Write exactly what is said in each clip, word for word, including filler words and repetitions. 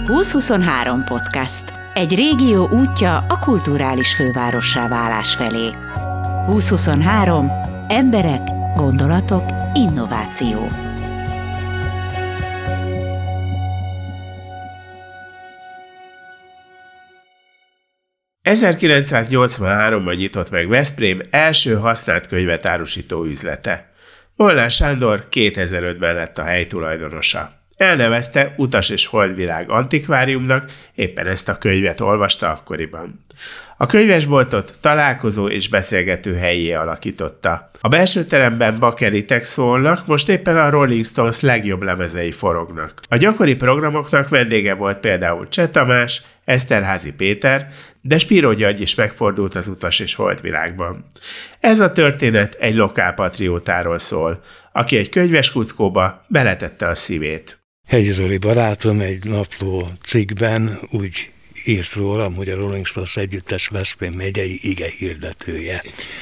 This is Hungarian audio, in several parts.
húsz-huszonhárom podcast. Egy régió útja a kulturális fővárossá válás felé. húsz-huszonhárom. Emberek, gondolatok, innováció. ezerkilencszáznyolcvanháromban nyitott meg Veszprém első használt könyvet árusító üzlete. Molnár Sándor kétezer-ötben lett a hely tulajdonosa. Elnevezte Utas és Holdvilág antikváriumnak, éppen ezt a könyvet olvasta akkoriban. A könyvesboltot találkozó és beszélgető hellyé alakította. A belső teremben bakelitek szólnak, most éppen a Rolling Stones legjobb lemezei forognak. A gyakori programoknak vendége volt például Cseh Tamás, Eszterházy Péter, de Spiro György is megfordult az Utas és Holdvilágban. Ez a történet egy lokálpatriótáról szól, aki egy könyves kuckóba beletette a szívét. Hegyi Zoli barátom egy napló cikkben úgy írt rólam, hogy a Rolling Stones együttes Veszprém megyei ige hirdetője.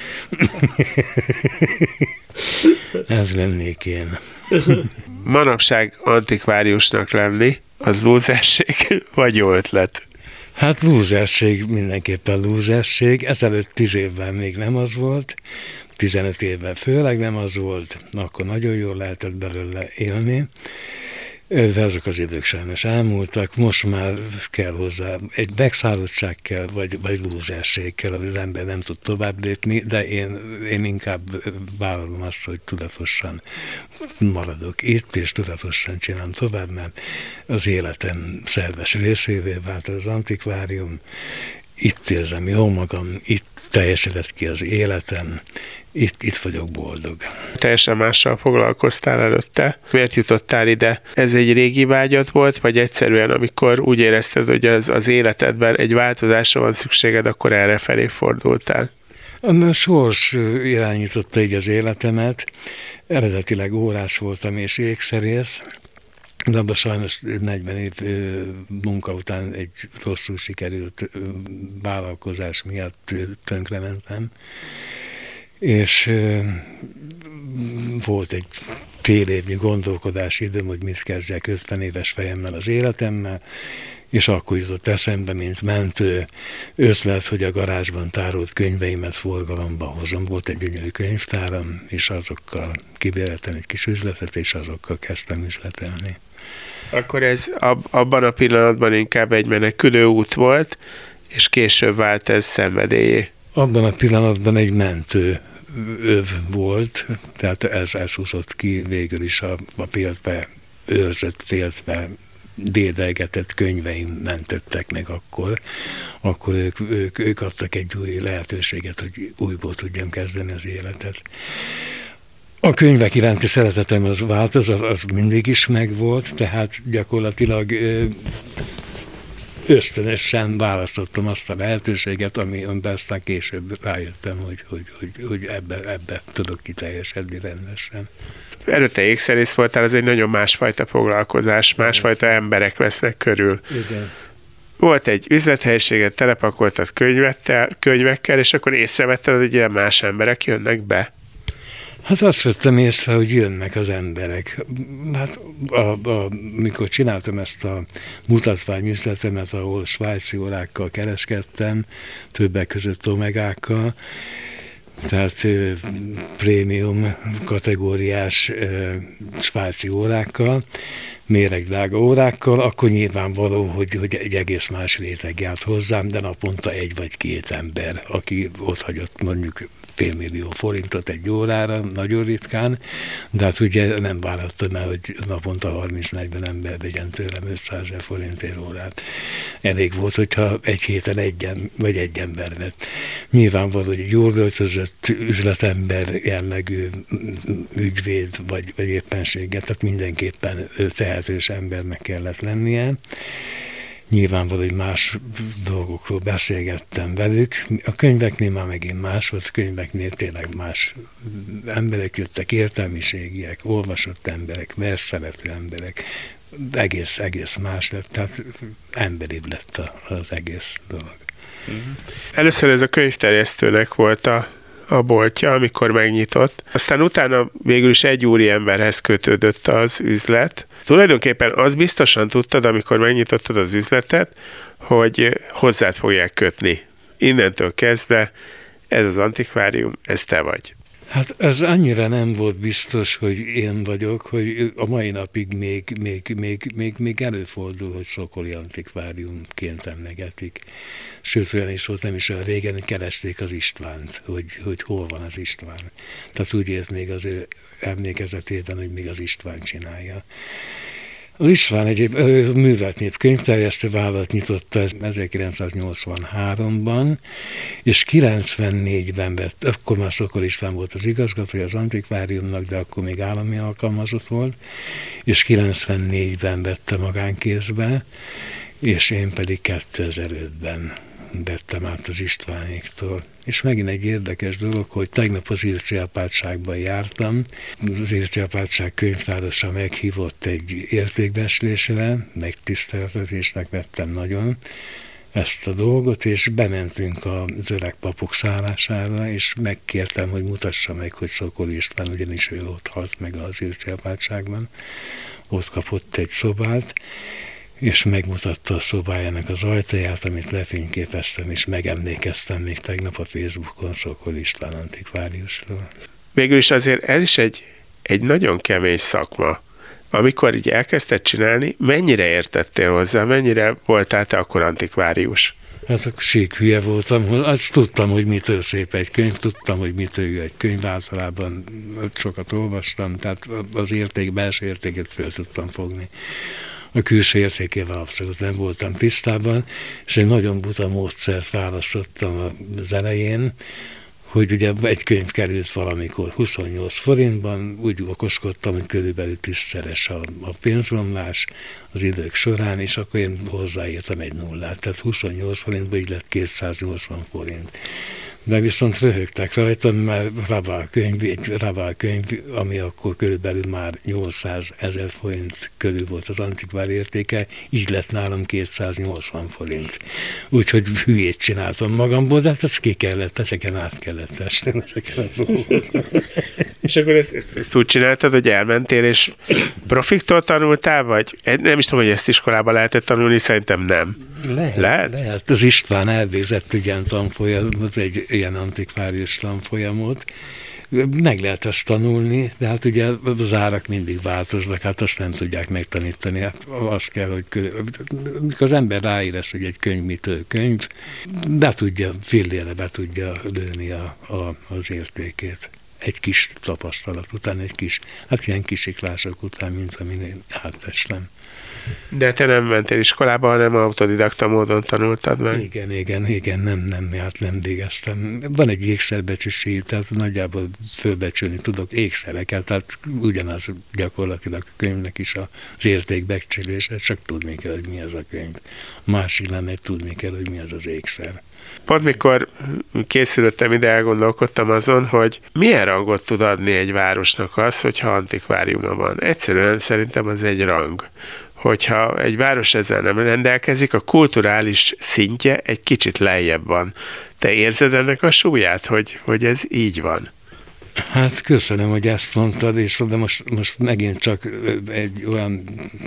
Ez lennék én. Manapság antikváriusnak lenni, az lúzerség vagy jó ötlet? Hát lúzerség, mindenképpen lúzerség. Ezelőtt tíz évvel még nem az volt, tizenöt évvel főleg nem az volt, akkor nagyon jól lehetett belőle élni. De azok az idők sajnos elmúltak, most már kell hozzá egy megszállottság kell, vagy, vagy lúzerség kell, az ember nem tud tovább lépni, de én, én inkább vállalom azt, hogy tudatosan maradok itt, és tudatosan csinálom tovább, mert az életem szerves részévé vált az antikvárium, itt érzem jól magam, itt teljesedett ki az életem, Itt, itt vagyok boldog. Teljesen mással foglalkoztál előtte. Miért jutottál ide? Ez egy régi vágyad volt, vagy egyszerűen, amikor úgy érezted, hogy az, az életedben egy változásra van szükséged, akkor erre felé fordultál? A sors irányította így az életemet. Eredetileg órás voltam és ékszerész, de abban sajnos negyven év munka után egy rosszul sikerült vállalkozás miatt tönkrementem. És volt egy fél évnyi gondolkodási időm, hogy mit kezdjek ötven éves fejemmel az életemmel, és akkor jutott eszembe, mint mentő ötlet, hogy a garázsban tárolt könyveimet forgalomba hozom. Volt egy gyönyörű könyvtáram, és azokkal kibéreltem egy kis üzletet, és azokkal kezdtem üzletelni. Akkor ez ab, abban a pillanatban inkább egy menekülő út volt, és később vált ez szenvedélyé. Abban a pillanatban egy mentő öv volt, tehát ez, ez húzott ki végül is a, a féltve, őrzött, féltve, dédelgetett könyveim mentettek meg akkor. Akkor ők, ők, ők adtak egy új lehetőséget, hogy újból tudjam kezdeni az életet. A könyvek iránti szeretetem az változ, az, az mindig is megvolt, tehát gyakorlatilag ösztönösen választottam azt a lehetőséget, amiben aztán később rájöttem, hogy, hogy, hogy, hogy ebbe, ebbe tudok kiteljesedni rendesen. Előtte ékszerész voltál, ez egy nagyon másfajta foglalkozás, másfajta emberek vesznek körül. Igen. Volt egy üzlethelyiséget, telepakoltad könyvekkel, és akkor észrevetted, hogy ilyen más emberek jönnek be. Hát azt vettem észre, hogy jönnek az emberek. Hát a, a, mikor csináltam ezt a mutatványüzletemet, ahol svájci órákkal kereskedtem, többek között omegákkal, tehát prémium kategóriás svájci órákkal, méregdrága órákkal, akkor nyilvánvaló, hogy, hogy egy egész más réteg járt hozzám, de naponta egy vagy két ember, aki ott hagyott mondjuk félmillió forintot egy órára, nagyon ritkán, de hát ugye nem vállaltam el, hogy naponta harminc-negyven ember vegyen tőlem ötszázezer forintért órát. Elég volt, hogyha egy héten egy, vagy egy ember vett. Nyilvánvaló, hogy egy jól öltözött üzletember jellegű ügyvéd, vagy, vagy éppenséggel, tehát mindenképpen tehetős embernek kellett lennie. Nyilvánvaló, hogy más dolgokról beszélgettem velük. A könyveknél már megint más volt, a könyveknél tényleg más emberek jöttek, értelmiségiek, olvasott emberek, versszerető emberek. Egész, egész más lett, tehát emberibb lett az egész dolog. Először ez a könyvterjesztőnek volt a a boltja, amikor megnyitott. Aztán utána végül is egy úriemberhez kötődött az üzlet. Tulajdonképpen az biztosan tudtad, amikor megnyitottad az üzletet, hogy hozzád fogják kötni. Innentől kezdve ez az antikvárium, ez te vagy. Hát ez annyira nem volt biztos, hogy én vagyok, hogy a mai napig még, még, még, még, még előfordul, hogy Szokoli antikváriumként emlegetik. Sőt, olyan is volt, nem is olyan régen, keresték az Istvánt, hogy, hogy hol van az István. Tehát úgy ért még az ő emlékezetében, hogy még az István csinálja. Az István egy művelt népkönyvterjesztő vállalat nyitotta ezerkilencszáznyolcvanháromban, és kilencvennégyben vett, akkor már Szokol István volt az igazgatója az antikváriumnak, de akkor még állami alkalmazott volt, és kilencvennégyben vette magánkézbe, és én pedig kétezer-ötben vettem át az Istvánéktól. És megint egy érdekes dolog, hogy tegnap az Irci apátságban jártam. Az Irci apátság könyvtárosa meghívott egy értékbeslésre, megtiszteltetésnek vettem nagyon ezt a dolgot, és bementünk az öreg papok szállására, és megkértem, hogy mutassa meg, hogy Szokol István, ugyanis ő ott halt meg az Irci apátságban. Ott kapott egy szobát, és megmutatta a szobájának az ajtaját, amit lefényképeztem, és megemlékeztem még tegnap a Facebookon Szokol István antikváriusról. Végül is azért ez is egy, egy nagyon kemény szakma. Amikor így elkezdted csinálni, mennyire értettél hozzá, mennyire voltál te akkor antikvárius? Hát akkor sík hülye voltam, azt tudtam, hogy mitől szép egy könyv, tudtam, hogy mitől jó egy könyv, általában sokat olvastam, tehát az érték, belső értéket föl tudtam fogni. A külső értékével abszolút nem voltam tisztában, és egy nagyon buta módszert választottam az elején, hogy ugye egy könyv került valamikor huszonnyolc forintban, úgy okoskodtam, hogy körülbelül tízszeres a, a pénzromlás az idők során, és akkor én hozzáírtam egy nullát, tehát huszonnyolc forintban így lett kétszáznyolcvan forint. De viszont röhögtek rajtam, mert Raval könyv, egy Raval könyv, ami akkor körülbelül már nyolcszázezer forint körül volt az antikvár értéke, így lett nálam kétszáznyolcvan forint. Úgyhogy hülyét csináltam magamból, de hát ezt ki kellett, ezeken át kellett esni, ezeken a dolgokon. És akkor ezt, ezt, ezt úgy csináltad, hogy elmentél, és profiktól tanultál, vagy nem is tudom, hogy ezt iskolában lehetett tanulni, szerintem nem. Lehet, lehet? lehet. Az István elvégzett egy ilyen tanfolyamot, egy ilyen antikvárius tanfolyamot. Meg lehet ezt tanulni, de hát ugye az árak mindig változnak, hát azt nem tudják megtanítani. Hát azt kell, hogy mikor az ember ráérez, hogy egy könyv mitől könyv, be tudja, fillére be tudja lőni a, a, az értékét. Egy kis tapasztalat után, egy kis, hát ilyen kisiklások után, mint amin én átestem. De te nem mentél iskolába, hanem autodidakta módon tanultad meg? Igen, igen, igen, nem, nem, hát nem végeztem. Van egy ékszerbecsüsi, tehát nagyjából fölbecsülni tudok ékszereket, tehát ugyanaz gyakorlatilag a könyvnek is az értékbecsülése, csak tudni kell, hogy mi az a könyv. A másik lenne, hogy tudni kell, hogy mi az az ékszer. Pont mikor készülöttem ide, elgondolkodtam azon, hogy milyen rangot tud adni egy városnak az, hogyha antikváriuma van. Egyszerűen szerintem az egy rang. Hogyha egy város ezzel nem rendelkezik, a kulturális szintje egy kicsit lejjebb van. Te érzed ennek a súlyát, hogy, hogy ez így van? Hát köszönöm, hogy ezt mondtad, és de most, most megint csak egy olyan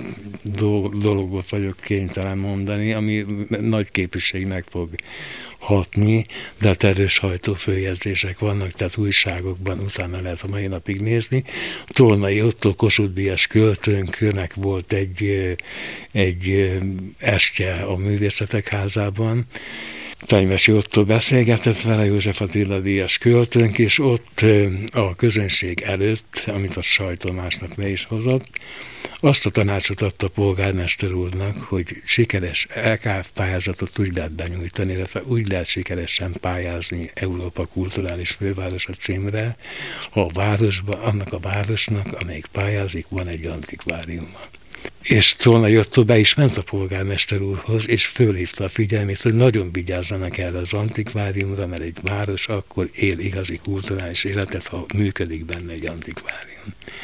dologot vagyok kénytelen mondani, ami nagy képviségnek fog hatni, de hát erős hajtófőjegyzések vannak, tehát újságokban utána lehet a mai napig nézni. Tolnai Ottó Kossuth Díjas költőnknek volt egy, egy estje a Művészetek Házában, Fenyvesi Ottó beszélgetett vele, József Attila díjas költőnk, és ott a közönség előtt, amit a sajtó másnak le is hozott, azt a tanácsot adta a polgármester úrnak, hogy sikeres é ká ef pályázatot úgy lehet benyújtani, illetve úgy lehet sikeresen pályázni Európa kulturális fővárosa címre, ha a városban, annak a városnak, amelyik pályázik, van egy antikváriuma. És Tolnai Ottó be is ment a polgármester úrhoz, és fölhívta a figyelmét, hogy nagyon vigyázzanak erre az antikváriumra, mert egy város akkor él igazi kulturális életet, ha működik benne egy antikvárium.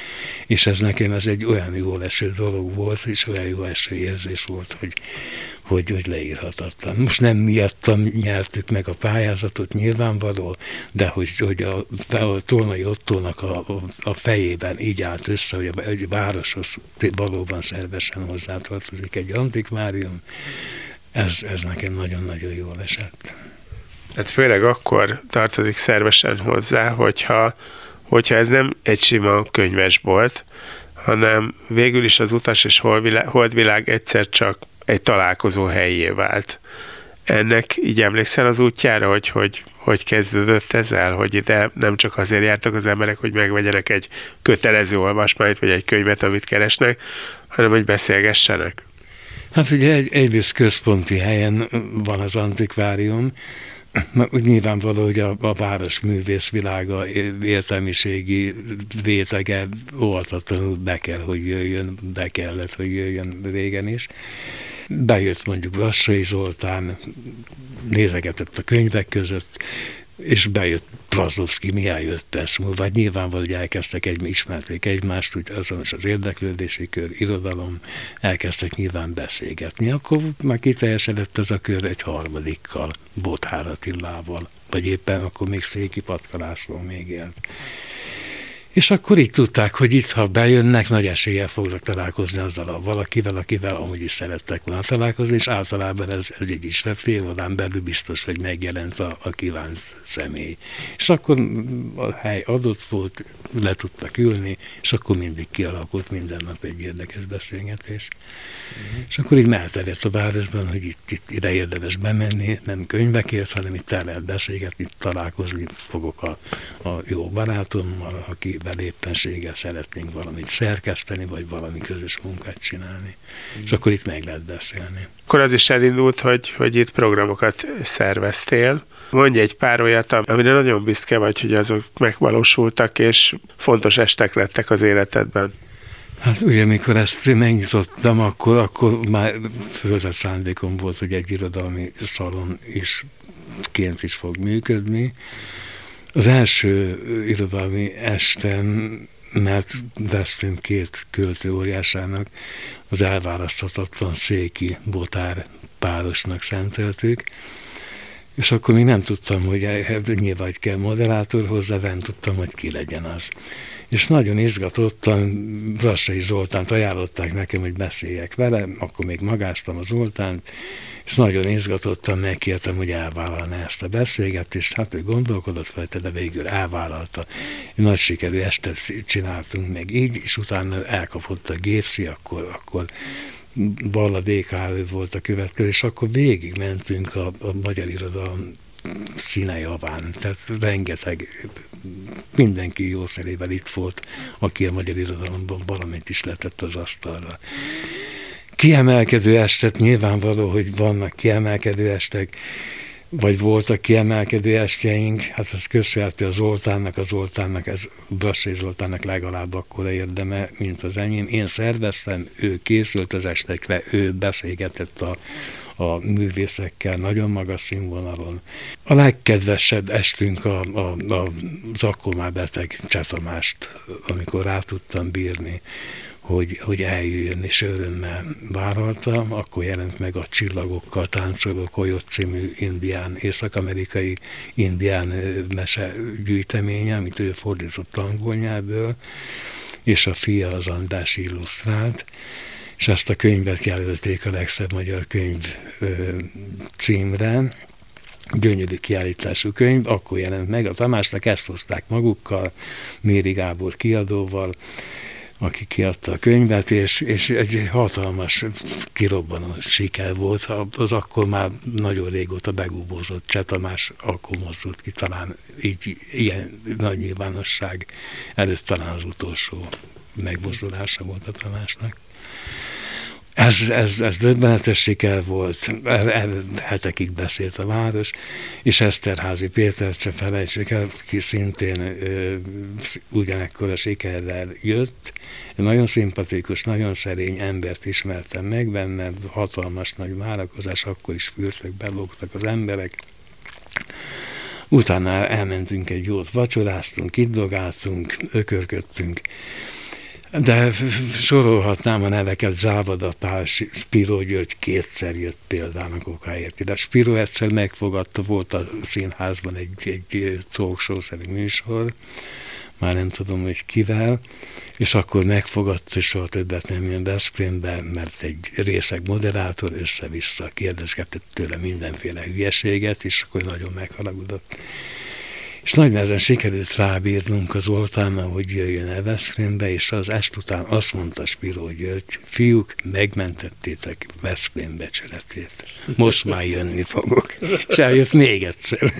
És ez nekem ez egy olyan jó eső dolog volt, és olyan jó eső érzés volt, hogy, hogy, hogy leírhatatlan. Most nem miattam nyertük meg a pályázatot nyilvánvaló, de hogy, hogy a, a Tolnai Ottónak a, a fejében így állt össze, hogy a, a városhoz valóban szervesen hozzátartozik egy antikvárium, ez, ez nekem nagyon-nagyon jól esett. Hát főleg akkor tartozik szervesen hozzá, hogyha, hogyha ez nem egy sima könyvesbolt, hanem végül is az Utas és Holdvilág egyszer csak egy találkozó helyé vált. Ennek így emlékszel az útjára, hogy, hogy hogy kezdődött ezzel, hogy ide nem csak azért jártak az emberek, hogy megvegyenek egy kötelező olvasmányt, vagy egy könyvet, amit keresnek, hanem hogy beszélgessenek? Hát ugye egy, egyrészt központi helyen van az antikvárium, úgy nyilvánvaló, hogy a, a város művészvilága, értelmiségi rétege óvatatlanul be kell, hogy jöjjön, be kellett, hogy jöjjön régen is. Bejött mondjuk Brassai Zoltán, nézegetett a könyvek között, és bejött Brazlovszky Mihály öt perc múlva. Nyilvánvaló, hogy elkezdtek egy, ismerték egymást, úgy azonos az érdeklődési kör, irodalom, elkezdtek nyilván beszélgetni. Akkor már kiteljesedett ez a kör egy harmadikkal, Bothár Attilával, vagy éppen akkor még Széki Patka László még élt. És akkor így tudták, hogy itt, ha bejönnek, nagy eséllyel fognak találkozni azzal a valakivel, akivel amúgy is szerettek volna találkozni, és általában ez, ez így is fél órán belül biztos, hogy megjelent a, a kívánt személy. És akkor a hely adott volt, le tudtak ülni, és akkor mindig kialakult minden nap egy érdekes beszélgetés. Mm. És akkor így elterjedt a városban, hogy itt, itt ide érdemes bemenni, nem könyvekért, hanem itt el lehet beszélgetni, találkozni fogok a, a jó barátommal, aki éppenséggel szeretnénk valamit szerkeszteni, vagy valami közös munkát csinálni. Mm. És akkor itt meg lehet beszélni. Akkor az is elindult, hogy, hogy itt programokat szerveztél. Mondj egy pár olyat, amire nagyon büszke vagy, hogy azok megvalósultak, és fontos estek lettek az életedben. Hát ugye, mikor ezt megnyitottam, akkor, akkor már földet szándékom volt, hogy egy irodalmi szalon is ként is fog működni. Az első irodalmi estem, mert Veszprém két költő óriásának, az elválaszthatatlan Széki Bothár párosnak szenteltük, és akkor még nem tudtam, hogy nyilván hogy kell moderátor hozzá, nem tudtam, hogy ki legyen az. És nagyon izgatottan Brassai Zoltánt ajánlották nekem, hogy beszéljek vele, akkor még magáztam a Zoltánt, és nagyon izgatottan megkértem, hogy elvállalná ezt a beszélgetést, hát ő gondolkodott rajta, de végül elvállalta. Nagy sikerű estet csináltunk meg így, és utána elkapott a Gépszi, akkor, akkor Balla dé ká ő volt a következő, és akkor végig mentünk a, a magyar irodalom színe javán, tehát rengeteg, mindenki jó szerével itt volt, aki a magyar irodalomban valamit is letett az asztalra. Kiemelkedő estet, nyilvánvaló, hogy vannak kiemelkedő estek, vagy voltak kiemelkedő estjeink, hát ez köszönhető a Zoltánnak, a Zoltánnak, ez Brassai Zoltánnak legalább akkora érdeme, mint az enyém. Én szerveztem, ő készült az estekre, ő beszélgetett a, a művészekkel nagyon magas színvonalon. A legkedvesebb estünk a, a, a, az akkor már beteg Cseh Tamást, amikor rá tudtam bírni, hogy, hogy eljöjjön, és örömmel vállalta. Akkor jelent meg a Csillagokkal táncoló Coyote című indián, észak-amerikai indián mese gyűjteménye, amit ő fordított angol nyelvből, és a fia az András illusztrált, és ezt a könyvet jelölték a legszebb magyar könyv címre. Gyönyörű kiállítású könyv, akkor jelent meg. A Tamásnak ezt hozták magukkal, Méri Gábor kiadóval, aki kiadta a könyvet, és, és egy hatalmas kirobbanó siker volt. Az akkor már nagyon régóta begúbózott Cseh Tamás, akkor mozdult ki, talán így ilyen nagy nyilvánosság előtt talán az utolsó megmozdulása volt a Tamásnak. Ez, ez, ez döbbenetes siker volt, el, el, hetekig beszélt a város, és Eszterházy Péter, se felejtsük el, ki szintén ö, ugyanekkor sikerrel jött. Nagyon szimpatikus, nagyon szerény embert ismertem meg benne, hatalmas nagy várakozás, akkor is fürtek, belógtak az emberek. Utána elmentünk egy jót, vacsoráztunk, kiddogáltunk, ökörködtünk. De sorolhatnám a neveket, Závada Pál, Spiro György kétszer jött példának okáért. De Spiro egyszer megfogadta, volt a színházban egy, egy talk show-szerű műsor, már nem tudom, hogy kivel, és akkor megfogadta, és soha többet nem jön Veszprémbe, mert egy részeg moderátor össze-vissza kérdezgetett tőle mindenféle hülyeséget, és akkor nagyon megharagudott. És nagy nehezen sikerült rábírnunk az Zoltánnal, hogy jöjjön el Veszprémbe, és az est után azt mondta Spiro György, fiúk, megmentettétek Veszprém becsületét. Most már jönni fogok. És eljött még egyszer.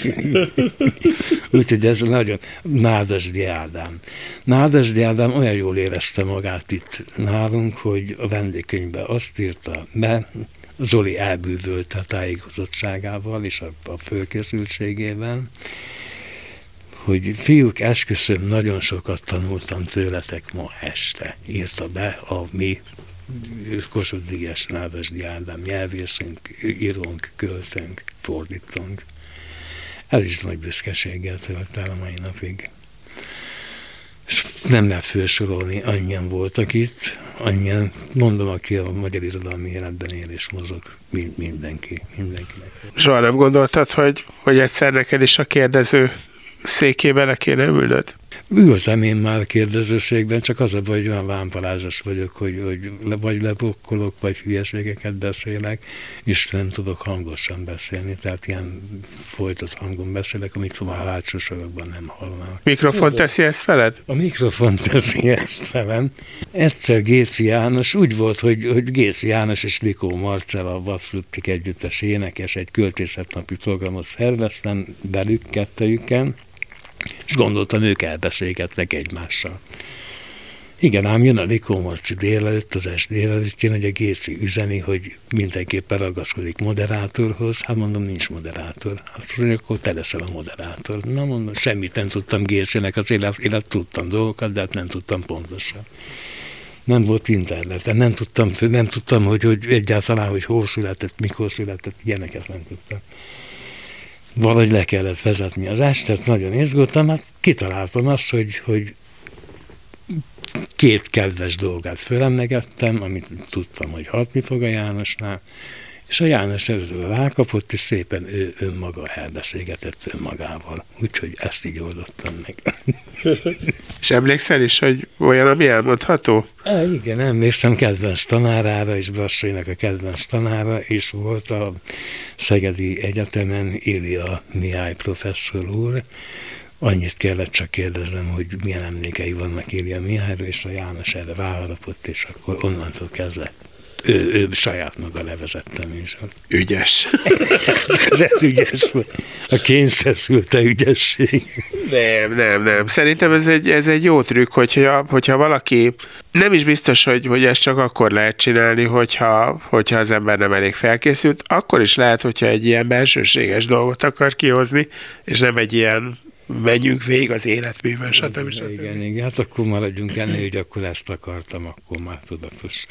Úgyhogy ez nagyon Nádasdy Ádám. Nádasdy Ádám olyan jól érezte magát itt nálunk, hogy a vendégkönyvben azt írta be, Zoli elbűvölt a tájékozottságával és a, a fölkészültségében, hogy fiúk, esküszöm, nagyon sokat tanultam tőletek ma este. Írta be a mi Kossuth Díjas Nádasdy Ádám nyelvészünk, írónk, költőnk, fordítónk. Ez is nagy büszkeséggel tölt el a mai napig. És nem lehet felsorolni, annyian voltak itt, annyian, mondom, aki a magyar irodalmi életben él és mozog, mindenki, mindenkinek. Soha nem gondoltad, hogy, hogy egyszer neked is a kérdező székébe le kéne ülnöd? Ültem én már kérdezőszékben, csak az a baj, hogy olyan vámpalázas vagyok, hogy, hogy vagy lebokkolok, vagy hülyeségeket beszélek, és nem tudok hangosan beszélni, tehát ilyen folytott hangon beszélek, amit a hátsó sorokban nem hallanak. Mikrofon teszi ezt feled? A mikrofon teszi ezt felem. Egyszer Géci János, úgy volt, hogy, hogy Géci János és Likó Marcell, a Vadfluttik együttes énekes, egy költészetnapi programot szerveztem belük, kettejükkel, és gondoltam, ők elbeszélgetnek egymással. Igen, ám jön a Likó Marci délelőtt, az est délelőttjén, hogy a Géci üzeni, hogy mindenképpen ragaszkodik moderátorhoz. Hát mondom, nincs moderátor. Azt mondja, akkor te leszel a moderátor. Na mondom, semmit nem tudtam Gécinek, az élet, élet tudtam dolgokat, de hát nem tudtam pontosan. Nem volt interneten, nem tudtam, nem tudtam hogy, hogy egyáltalán, hogy hol született, mikor született, ilyeneket nem tudtam. Valahogy le kellett vezetni az estet, nagyon izgultam, hát kitaláltam azt, hogy, hogy két kedves dolgát fölemlegettem, amit tudtam, hogy hatni fog a Jánosnál, és a János ezzel rákapott, és szépen ő önmaga elbeszélgetett önmagával. Úgyhogy ezt így oldottam meg. És emlékszel is, hogy olyan, ami elmondható? É, igen, emlékszem kedvenc tanárára, és Brassainak a kedvenc tanára, és volt a Szegedi Egyetemen Ilya Mihály professzor úr. Annyit kellett csak kérdeznem, hogy milyen emlékei vannak Ilya Mihályról, és a János erre ráharapott, és akkor onnantól kezdve Ő, ő saját maga levezette műsort. Ügyes. ez, ez ügyes volt. A kényszer szülte ügyesség. Nem, nem, nem. Szerintem ez egy, ez egy jó trükk, hogyha, hogyha valaki, nem is biztos, hogy, hogy ezt csak akkor lehet csinálni, hogyha, hogyha az ember nem elég felkészült, akkor is lehet, hogyha egy ilyen bensőséges dolgot akar kihozni, és nem egy ilyen menjünk végig az életműben, stb. stb. Igen, igen, hát akkor maradjunk ennél, hogy akkor ezt akartam, akkor már tudatos.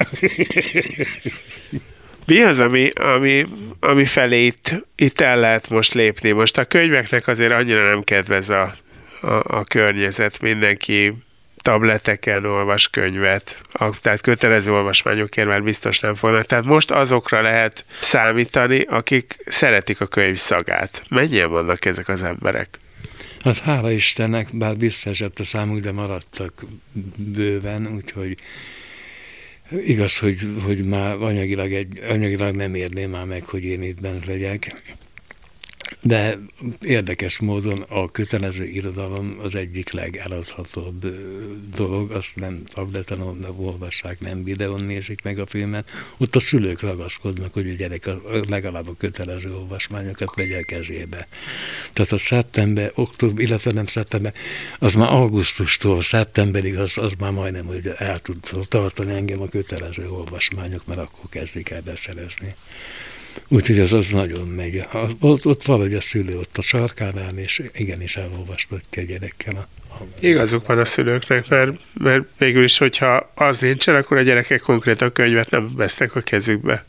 Mi az, ami, ami, ami felé itt, itt el lehet most lépni? Most a könyveknek azért annyira nem kedvez a, a, a környezet, mindenki tableteken olvas könyvet, a, tehát kötelező olvasmányokért már biztos nem fognak. Tehát most azokra lehet számítani, akik szeretik a könyv szagát. Mennyien vannak ezek az emberek? Hát hála Istennek, bár visszaesett a számuk, de maradtak bőven, úgyhogy igaz, hogy, hogy már anyagilag, egy, anyagilag nem érném már meg, hogy én itt bent legyek. De érdekes módon a kötelező irodalom az egyik legeladhatóbb dolog, azt nem tableten olvassák, nem videón nézik meg a filmet. Ott a szülők ragaszkodnak, hogy a gyerek legalább a kötelező olvasmányokat vegye a kezébe. Tehát a szeptember, október, illetve nem szeptember, az már augusztustól szeptemberig, az, az már majdnem, hogy el tud tartani engem a kötelező olvasmányok, mert akkor kezdik el beszerezni. Úgyhogy az, az nagyon megy. Ott, ott valahogy a szülő ott a sarkánál, és igenis elolvastatja a gyerekkel. A, a... Igazuk van a szülőknek, mert, mert végül is, hogyha az nincsen, akkor a gyerekek konkrétan könyvet nem vesznek a kezükbe.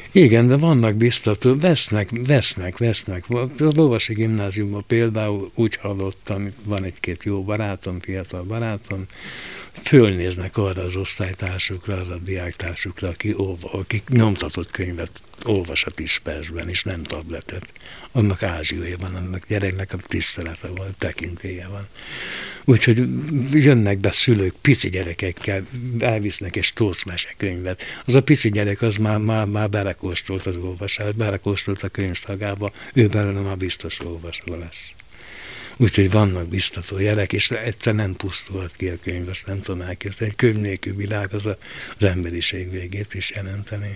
Igen, de vannak biztató, vesznek, vesznek, vesznek. A Lovasi Gimnáziumban például úgy hallottam, van egy-két jó barátom, fiatal barátom, fölnéznek arra az osztálytársukra, arra a diáktársukra, aki, olva, aki nyomtatott könyvet olvas a tíz percben, és nem tabletet. Annak ázsiója van, annak gyereknek a tisztelete van, tekintélye van. Úgyhogy jönnek be szülők pici gyerekekkel, elvisznek egy tószmese könyvet. Az a pici gyerek az már, már, már belekóstolt az olvasás, belekóstolt a könyvszagába, ő belőle már biztos olvasó lesz. Úgyhogy vannak biztató jelek, és egyszer nem pusztulhat ki a könyv, azt nem tudom elképzelni. Egy könyv nélkül világ az a, az emberiség végét is jelenteni.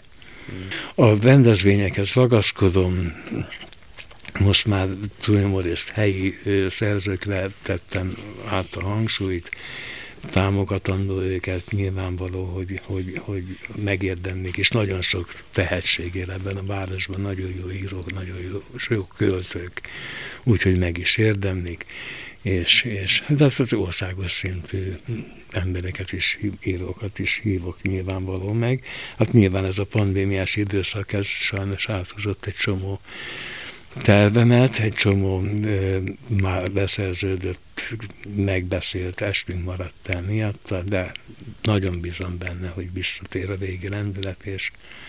A rendezvényekhez ragaszkodom, most már túlnyomórészt helyi szerzőkre tettem át a hangsúlyt, támogatandó őket, nyilvánvaló, hogy, hogy, hogy megérdemlik, és nagyon sok tehetség él ebben a városban, nagyon jó írók, nagyon jó, jó költők, úgyhogy meg is érdemlik, és, és de az országos szintű embereket is, írókat is hívok nyilvánvaló meg. Hát nyilván ez a pandémiás időszak, ez sajnos áthúzott egy csomó tervemet, egy csomó ö, már beszerződött, megbeszélt estünk maradt el miatta, de nagyon bízom benne, hogy visszatér a régi lendület, és,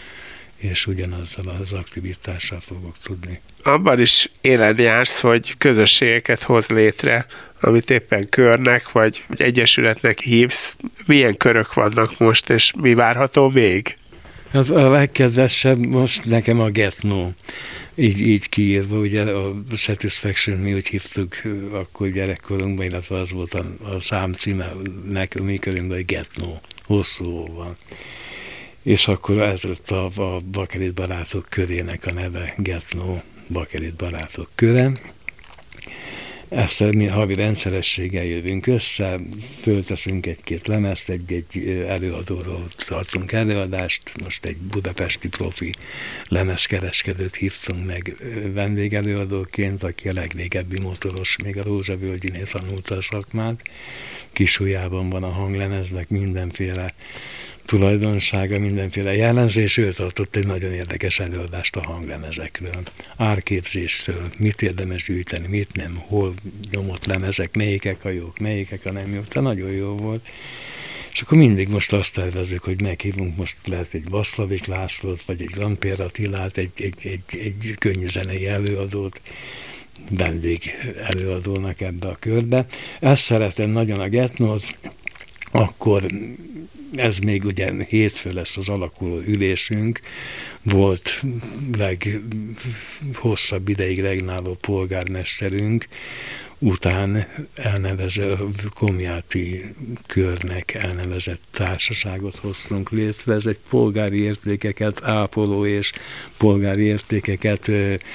és ugyanazzal az aktivitással fogok tudni. Abban is éled jársz, hogy közösségeket hoz létre, amit éppen körnek, vagy egyesületnek hívsz. Milyen körök vannak most, és mi várható még? Hát a legkedvesebb most nekem a Getno, így, így kiírva, ugye a Satisfaction mi úgy hívtuk akkor gyerekkorunkban, illetve az volt a, a számcíme nekünk, mi körünkben, hogy Getno, hosszú van. És akkor ez lett a, a Bakelit Barátok körének a neve, Getno, Bakelit Barátok köre. Ezt mi havi rendszerességgel jövünk össze, fölteszünk egy-két lemezt, egy-egy előadóról tartunk előadást, most egy budapesti profi lemezkereskedőt hívtunk meg vendégelőadóként, aki a legrégebbi motoros, még a Rózsavölgyinél tanulta a szakmát. Kisujjában van a hanglemeznek mindenféle tulajdonsága, mindenféle jellemzés, ő tartott egy nagyon érdekes előadást a hanglemezekről, árképzésről, mit érdemes gyűjteni, mit nem, hol nyomott lemezek, melyikek a jók, melyikek a nem jók, de nagyon jó volt. És akkor mindig most azt tervezzük, hogy meghívunk most lehet egy Vasszlavik Lászlót, vagy egy Grampér Attilát, egy, egy, egy, egy könnyűzenei előadót, vendég előadónak ebbe a körbe. Ezt szeretem nagyon a Getnót, akkor ez még ugye hétfő lesz az alakuló ülésünk, volt leghosszabb ideig regnáló polgármesterünk, után elnevező Komjáti körnek elnevezett társaságot hoztunk létre. Ez egy polgári értékeket ápoló és polgári értékeket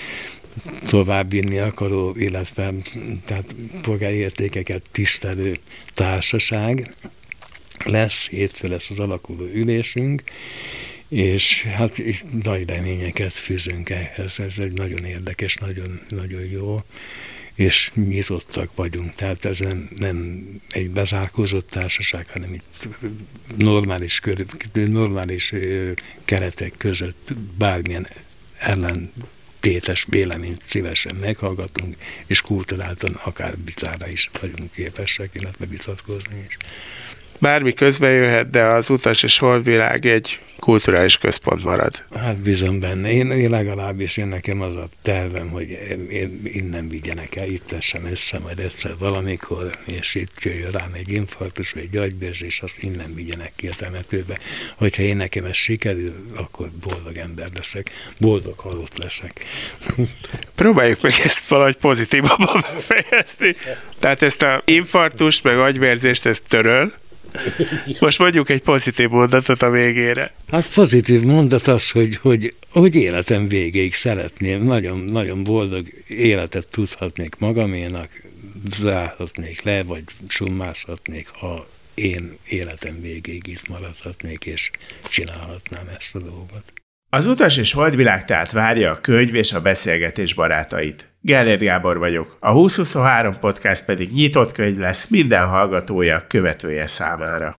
továbbvinni akaró, illetve tehát polgári értékeket tisztelő társaság lesz, hétfő lesz az alakuló ülésünk, és hát nagy reményeket fűzünk ehhez. Ez egy nagyon érdekes, nagyon, nagyon jó, és nyitottak vagyunk. Tehát ez nem, nem egy bezárkózott társaság, hanem itt normális, kör, normális keretek között bármilyen ellentétes véleményt szívesen meghallgatunk, és kulturáltan akár vitára is vagyunk képesek, illetve vitatkozni is. Bármi közben jöhet, de az Utas és Holdvilág egy kulturális központ marad. Hát bízom benne. Én, én legalábbis én nekem az a tervem, hogy én innen vigyenek el, itt leszem össze majd egyszer valamikor, és itt jöjjön rám egy infarktus, vagy egy agyvérzés, azt innen vigyenek ki a temetőbe. Hogyha én nekem ez sikerül, akkor boldog ember leszek, boldog halott leszek. Próbáljuk meg ezt valahogy pozitívabban befejezni. Tehát ezt a infarktust, meg agyvérzést, ezt töröl. Most mondjuk egy pozitív mondatot a végére. Hát pozitív mondat az, hogy, hogy, hogy életem végéig szeretném, nagyon, nagyon boldog életet tudhatnék magaménak, zárhatnék le, vagy summázhatnék, ha én életem végéig itt maradhatnék, és csinálhatnám ezt a dolgot. Az Utas és Holdvilág tehát várja a könyv és a beszélgetés barátait. Gellért Gábor vagyok, a húsz huszonhárom podcast pedig nyitott könyv lesz minden hallgatója, követője számára.